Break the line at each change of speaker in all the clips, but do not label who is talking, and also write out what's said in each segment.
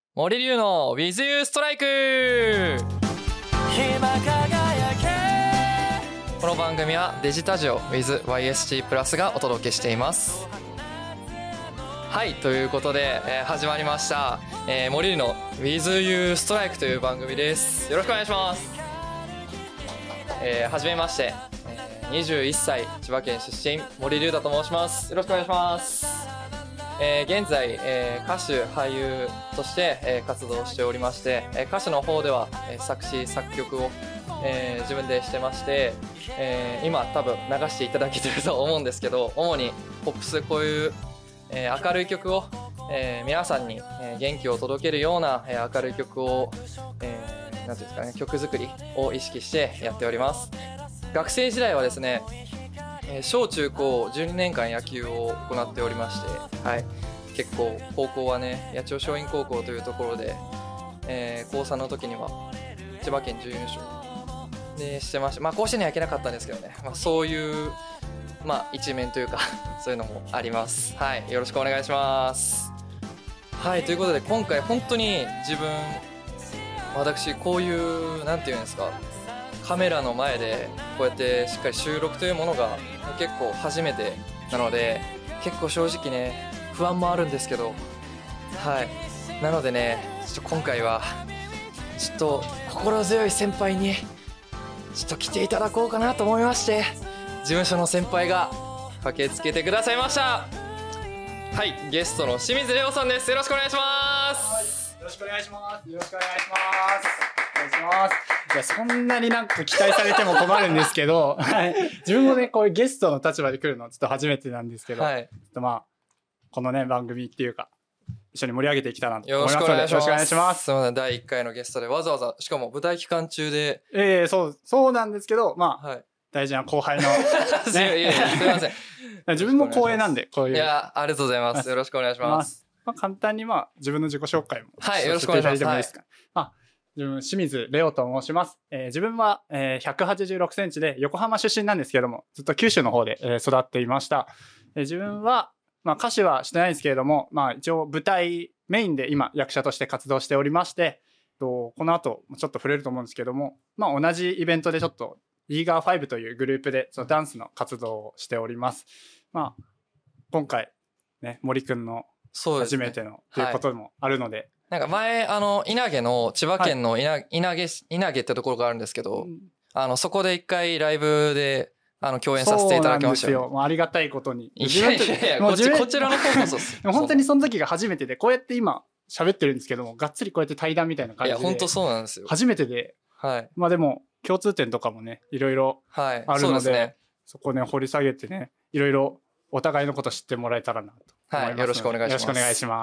森龍の With You ストライク。この番組はデジタジオ with YSG プラスがお届けしています。はい、ということで、始まりました、森龍の With You ストライクという番組です。よろしくお願いします。はじめまして、21歳千葉県出身森龍太と申します。よろしくお願いします。現在、歌手俳優として、活動しておりまして、歌手の方では、作詞作曲を、自分でしてまして、今多分流していただけてると思うんですけど、主にポップス、こういう、明るい曲を、皆さんに、元気を届けるような、明るい曲を、なんていうんですかね、曲作りを意識してやっております。学生時代はですね、小中高12年間野球を行っておりまして、はい、結構高校はね、八千代松陰高校というところで、高3の時には千葉県準優勝でしてました。甲子園には行けなかったんですけどね、そういう、一面というかそういうのもあります。はい、よろしくお願いします。はい、ということで今回本当に私こういうなんていうんですか、カメラの前でこうやってしっかり収録というものが結構初めてなので、結構正直ね不安もあるんですけど、はい、なのでね、ちょっと今回はちょっと心強い先輩にちょっと来ていただこうかなと思いまして、事務所の先輩が駆けつけてくださいました。はい、ゲストの清水レオさんです。よろしくお願いします。
よろしくお願いします。よろしくお願いします。お願いします。いや、そんなになんか期待されても困るんですけど、はい、自分もね、こういうゲストの立場で来るのちょっと初めてなんですけど、はい、ちょっとこのね、番組っていうか、一緒に盛り上げていきたいなと思いますので、よろしくお願いします。
すみません、第1回のゲストでわざわざ、しかも舞台期間中で。
そうなんですけど、
はい、
大事な後輩の、
ね、いやすみません。
自分も光栄なんで、こういう。
いや、ありがとうございます。よろしくお願いします。
簡単に自分の自己紹介も。
はい、よろしくお願いします。
自分、清水レオと申します。自分は、186センチで横浜出身なんですけども、ずっと九州の方で、育っていました。自分は、歌手はしてないんですけれども、一応舞台メインで今役者として活動しておりまして、この後ちょっと触れると思うんですけども、同じイベントでちょっとイーガー5というグループでそのダンスの活動をしております。今回ね、森くんの初めてのということもあるので、
なんか前稲毛の千葉県の稲毛ってところがあるんですけど、そこで一回ライブで共演させていただきましたよ。
そうなんですよ。ありがたいことに。
いやこちらの方こそです。
本当にその時が初めてで、こうやって今喋ってるんですけども、がっつりこうやって対談みたいな感じで。
いや、本当そうなんですよ。
初めてで。
はい。
でも、共通点とかもね、いろいろあるので、そうですね、そこね、掘り下げてね、いろいろお互いのこと知ってもらえたらなと思います。
はい。よろしくお願いします。
よろしくお願いします。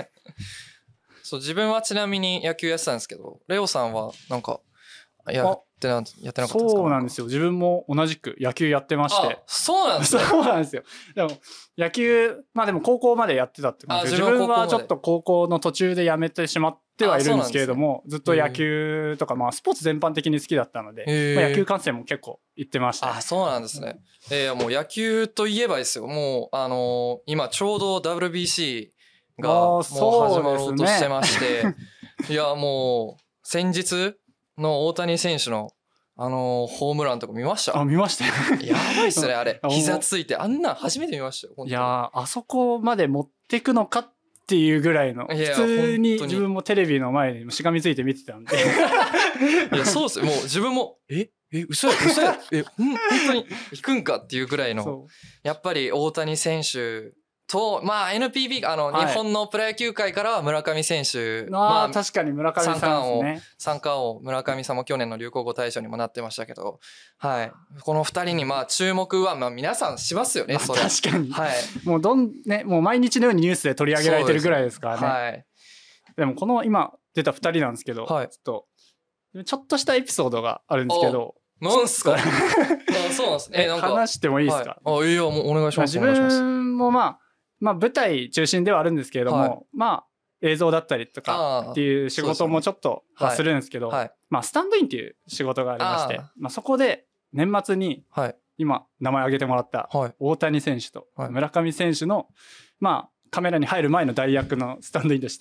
そう、自分はちなみに野球やってたんですけど、レオさんはなんか、やってなかったですか？
そうなんですよ。自分も同じく野球やってまして。
そうなんですね。
そうなんですよ。でも野球、でも高校までやってたって感じで、自分はちょっと高校の途中でやめてしまってはいるんですけれども、ずっと野球とかスポーツ全般的に好きだったので、野球観戦も結構行ってました。
そうなんですね。もう野球といえばですよ。もう今ちょうど WBC がもう始まろうとしてまして、いやもう先日の大谷選手のホームランとか見ました？
見ましたよ。
やばいっすね、あれ。膝ついて、あんなん初めて見ましたよ。
いやあそこまで持ってくのかっていうぐらいの、普通に自分もテレビの前にしがみついて見てたんで。
いや、そうっすよ。もう自分も、嘘や、本当に行くんかっていうぐらいの、やっぱり大谷選手、NPB、日本のプロ野球界からは村上選手。
確かに村上さんですね。
三冠王、村上さんも去年の流行語大賞にもなってましたけど、はい。この二人に注目は、皆さんしますよね、それ。
確かに。
はい。
もう毎日のようにニュースで取り上げられてるぐらいですからね。はい。でもこの今出た二人なんですけど、ちょっとしたエピソードがあるんですけど。
なんすか？そうなんですね。
話してもいいですか？
いや、もうお願いします。
自分も舞台中心ではあるんですけれども、映像だったりとかっていう仕事もちょっとはするんですけど、スタンドインっていう仕事がありまして、そこで年末に今名前挙げてもらった大谷選手と村上選手のカメラに入る前の代役のスタンドインとして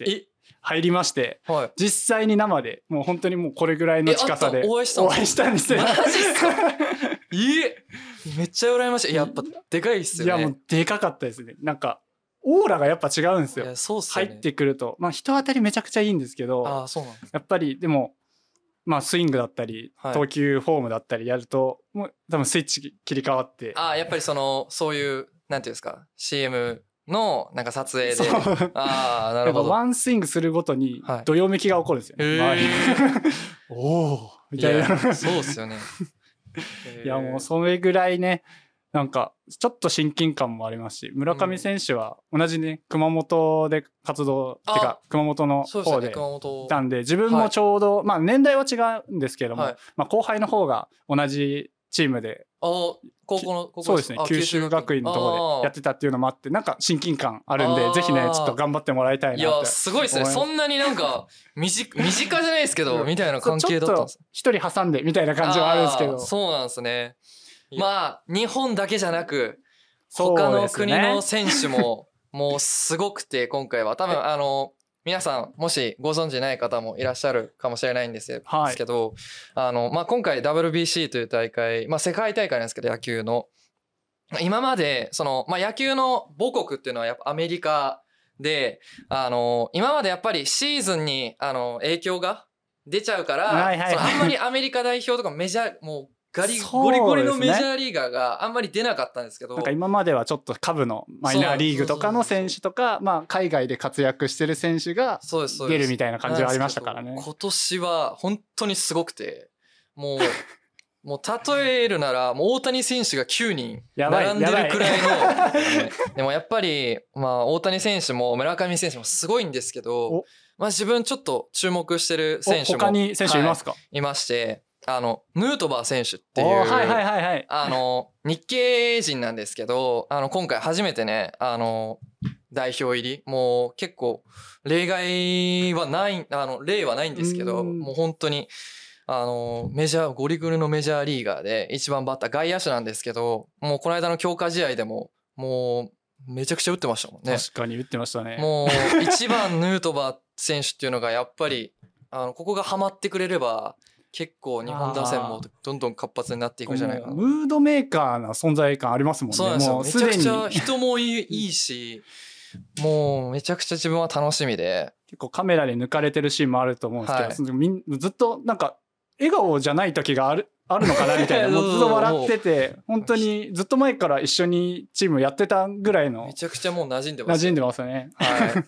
入りまして、
はい。
実際に生でもう本当にもうこれぐらいの近さで
お会いした
んですよ。
マジっすか？めっちゃ羨ましい。やっぱでかいっすよね。
いやもうでかかったですね。なんかオーラがやっぱ違うんですよ。
いやそうっすよね。
入ってくると、まあ人当たりめちゃくちゃいいんですけど、
そうなんです。
やっぱりでもまあスイングだったり、
はい、
投球フォームだったりやるともう多分スイッチ切り替わって、
やっぱりそういうなんていうんですか、 CM のなんか撮影で、なるほど。
ワンスイングするごとに
はい、
どよめきが起こるんですよね。おおみたいな。
そうっすよね。
いやもうそれぐらいね、なんかちょっと親近感もありますし、村上選手は同じね熊本で活動ってか熊本の方でいたんで、自分もちょうど、まあ年代は違うんですけども、まあ後輩の方が同じチームで、
高校の
そうですね、九州学院のところでやってたっていうのもあって、なんか親近感あるんで、ぜひねちょっと頑張ってもらいたいなって。いや
すごいですね。そんなになんか身近じゃないですけどみたいな関係だったんです。
一人挟んでみたいな感じはあるんですけど。
そうなんですね。まあ日本だけじゃなく他の国の選手ももうすごくて、今回は多分皆さんもしご存知ない方もいらっしゃるかもしれないんですけど、まあ今回 WBC という大会、まあ世界大会なんですけど、野球の今までまあ野球の母国っていうのはやっぱアメリカで、今までやっぱりシーズンに影響が出ちゃうから、あんまりアメリカ代表とかメジャーもうゴリゴリのメジャーリーガーがあんまり出なかったんですけど、
なんか今まではちょっと下部のマイナーリーグとかの選手とか、まあ海外で活躍してる選手が出るみたいな感じはありましたからね。
今年は本当にすごくて、もう例えるならもう大谷選手が9人並んでるくらいのでもやっぱりまあ大谷選手も村上選手もすごいんですけど、まあ自分ちょっと注目してる選手も
他に選手いますか？
いまして、ヌートバー選手っていう、日系人なんですけど、今回初めてね、代表入り、もう結構、例はないんですけど、もう本当に、ゴリゴリのメジャーリーガーで一番バッター、外野手なんですけど、もうこの間の強化試合でも、もうめちゃくちゃ打ってましたもんね。
確かに打ってましたね。
もう一番ヌートバー選手っていうのがやっぱり、ここがハマってくれれば、結構日本打線もどんどん活発になっていくんじゃないかな。
ムードメーカーな存在感ありますもんね。
そうなんですよ。めちゃくちゃ人もいいし、もうめちゃくちゃ自分は楽しみで。
結構カメラで抜かれてるシーンもあると思うんですけど、ずっとなんか笑顔じゃない時があるのかなみたいな。もうずっと笑ってて、本当にずっと前から一緒にチームやってたぐらいの。
めちゃくちゃもう馴染んでます。
馴染んでますよね。
はい。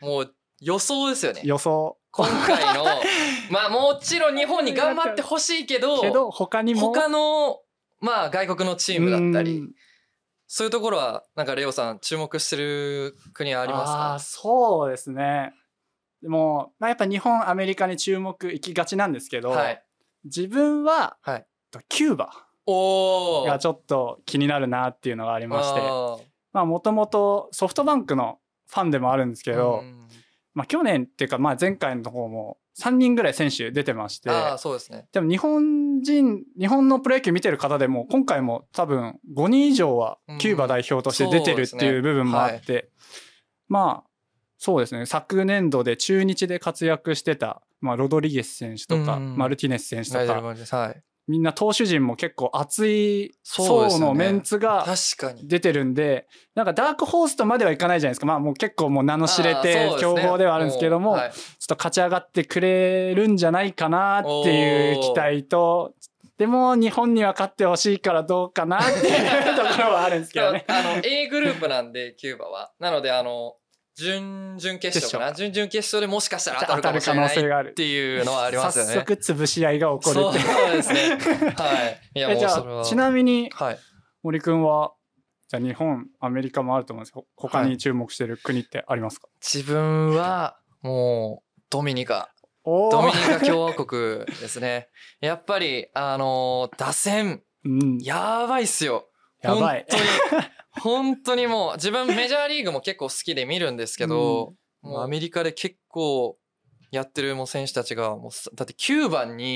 もう予想ですよね。
予想。
今回のまあもちろん日本に頑張ってほしいけど
他
のまあ外国のチームだったりそういうところはなんかレオさん注目してる国はありますか？
そうですね。でも、まあ、やっぱ日本アメリカに注目いきがちなんですけど、自分は、キューバがちょっと気になるなっていうのがありまして、まあもともとソフトバンクのファンでもあるんですけど、まあ去年っていうかまあ前回のところも3人ぐらい選手出てまして、
そうですね。
でも日本のプロ野球見てる方でも今回も多分5人以上はキューバ代表として出てるっていう部分もあって、まあそうですね、昨年度で中日で活躍してた、まあ、ロドリゲス選手とかマルティネス選手とか、みんな投手陣も結構熱い層のメンツが出てるんで、なんかダークホースとまではいかないじゃないですか。まあもう結構もう名の知れて強豪ではあるんですけども、ちょっと勝ち上がってくれるんじゃないかなっていう期待と、でも日本には勝ってほしいからどうかなっていうところはあるんですけどね。
A グループなんでキューバは。なので準々決勝かな、準々決勝でもしかしたら当たるかもしれないっていうのはありますよね。
早速潰し合いが起こるって。
そうですね。はい。いやもう
じゃあちなみに、森くんはじゃあ日本アメリカもあると思うんですけど、他に注目してる国ってありますか？
自分はもうドミニカ共和国ですね。やっぱり打線、やばいっすよ。
やばい。
本当にもう自分メジャーリーグも結構好きで見るんですけど、もうアメリカで結構やってるもう選手たちがもうだって9番に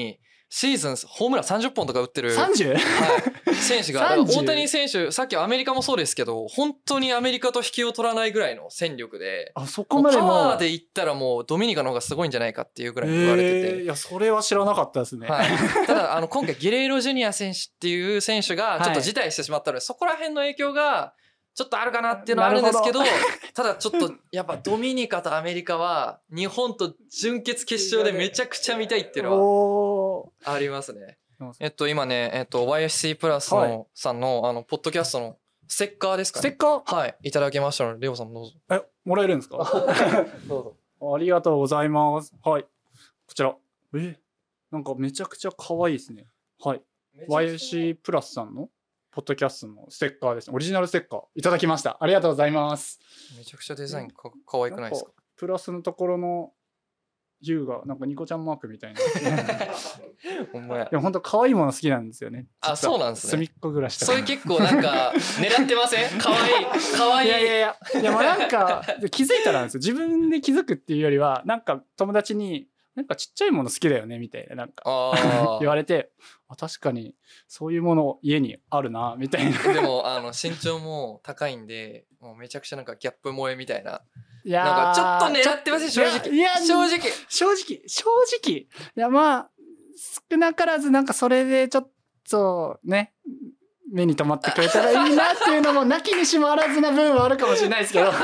シーズンホームラン30本とか打ってる、
30?
はい、選手がだから大谷選手さっきアメリカもそうですけど本当にアメリカと引きを取らないぐらいの戦力で、
あそこまでも
パワーで言ったらもうドミニカの方がすごいんじゃないかっていうぐらい言われてて、
いやそれは知らなかったですね、
はい、ただ今回ゲレーロジュニア選手っていう選手がちょっと辞退してしまったので、そこら辺の影響がちょっとあるかなっていうのはあるんですけど、ただちょっとやっぱドミニカとアメリカは日本と準決決勝でめちゃくちゃ見たいっていうのはありますね。今ね、YSC プラスのさんのポッドキャストのステッカーですかね。
ステッカー、
はい、いただきましたので、レオさんどうぞ。
もらえるんですか？
どうぞ。
ありがとうございます。はい。こちら。なんかめちゃくちゃ可愛いですね。はい。YSC プラスさんのポッドキャストのステッカーですね。オリジナルステッカーいただきました。ありがとうございます。
めちゃくちゃデザインかわいくないですか？
プラスのところの U がなんかニコちゃんマークみたいな。
ほんまや。
でも本当可愛いもの好きなんですよね。
あ、そうなんですね。
隅っこ暮らしとか。
それ結構なんか狙ってません？可愛い。
いやもうなんか気づいたらなんですよ。自分で気づくっていうよりはなんか友達になんかちっちゃいもの好きだよねみたいななんか言われて、確かにそういうもの家にあるなみたいな。
でも身長も高いんでもうめちゃくちゃなんかギャップ萌えみたいな。
いや
なんかちょっと狙ってません？正直。
いや
正
直いやまあ少なからずなんかそれでちょっとね目に留まってくれたらいいなっていうのもなきにしもあらずな部分はあるかもしれないですけど。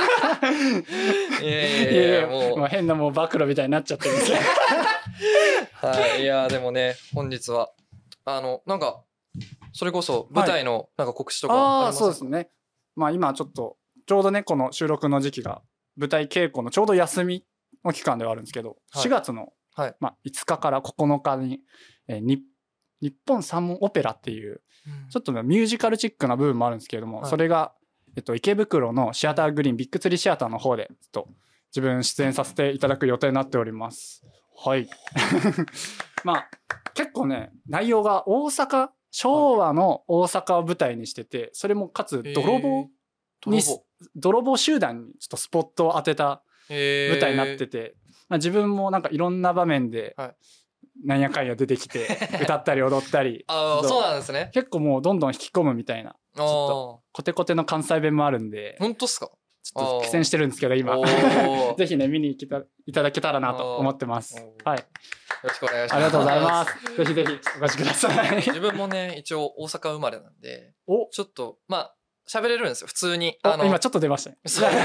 いやもう変なもう暴露みたいになっちゃってるんですけど。
はい、いやでもね本日はなんかそれこそ舞台のなんか告知とかありますか？
そうですね。まあ今ちょうどねこの収録の時期が舞台稽古のちょうど休みの期間ではあるんですけど、4月の、まあ、5日から9日に、日本三門オペラっていうちょっとミュージカルチックな部分もあるんですけれども、それが、池袋のシアターグリーンビッグツリーシアターの方で自分出演させていただく予定になっております。はいまあ結構ね内容が昭和の大阪を舞台にしてて、それもかつ泥棒集団にちょっとスポットを当てた舞台になってて、まあ、自分もなんかいろんな場面でなんやかんや出てきて歌ったり踊ったり
そうなんですね。
結構もうどんどん引き込むみたいなちょっとコテコテの関西弁もあるんで。
本当っすか？
ちょっと苦戦してるんですけど今ぜひね見に来ていただけたらなと思ってます。はい、よ
ろしくお願いします。
ありがとうございます。ぜひぜひお越しください。
自分もね一応大阪生まれなんでちょっとまあ喋れるんですよ普通に。
今ちょっと出ましたね。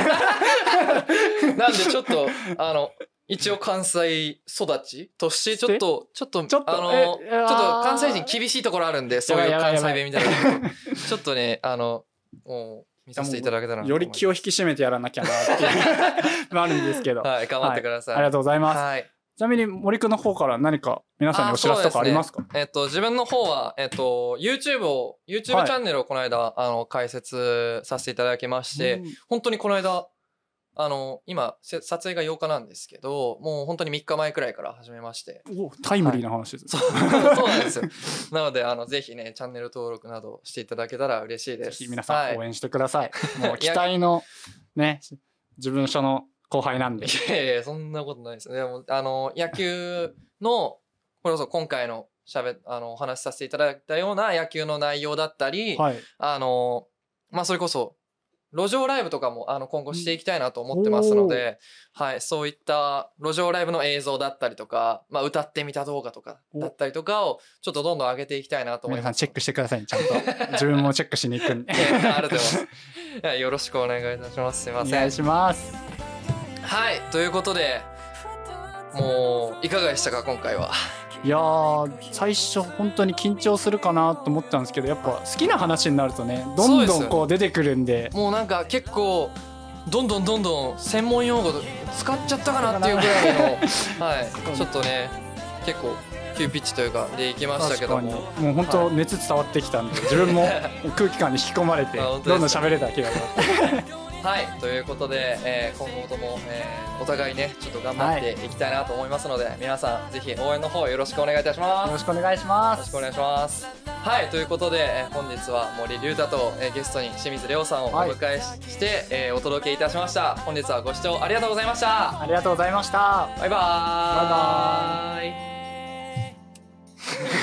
なんでちょっと一応関西育ちとしてちょっと関西人厳しいところあるんで、そういう関西弁みたいなちょっとねもう見させていただけたら
より気を引き締めてやらなきゃなっていうのあるんですけど、
はい、頑張ってください。
ありがとうございます。
はい、
ちなみに森くんの方から何か皆さんにお知らせとかありますか？
自分の方はYouTube チャンネルをこの間開設させていただきまして、本当にこの間今撮影が8日なんですけど、もう本当に3日前くらいから始めまして。
タイムリーな話ですね。
そうなんですよ。なのでぜひねチャンネル登録などしていただけたら嬉しいです。
ぜひ皆さん応援してください。もう期待のね自分所の後輩なんで。
いやそんなことないです。でも野球のこれこそ今回のお話しさせていただいたような野球の内容だったり、まあそれこそ路上ライブとかも今後していきたいなと思ってますので、はい、そういった路上ライブの映像だったりとか、まあ、歌ってみた動画とかだったりとかをちょっとどんどん上げていきたいなと思います。
皆さんチェックしてくださいね、ちゃんと自分もチェックしに行くんで
ありがとうございますよろしくお願いいたします。すいません。
お願いします。
はい、ということでもういかがでしたか今回は。
いや最初本当に緊張するかなと思ったんですけど、やっぱ好きな話になるとねどんどんこう出てくるんで、
もうなんか結構どんどん専門用語使っちゃったかなっていうぐらいのはいちょっとね結構急ピッチというかでいきましたけども、
もう本当熱伝わってきたんで、自分も空気感に引き込まれてどんどん喋れた気がします
はい、ということで、今後とも、お互いねちょっと頑張っていきたいなと思いますので、皆さんぜひ応援の方よろしくお願いいたします。
よろしくお願いします。
よろしくお願いします。はい、ということで、本日は森龍太と、ゲストに清水レオさんをお迎えして、お届けいたしました。本日はご視聴ありがとうございました。
ありがとうございました。
バイバーイ。
バイバーイ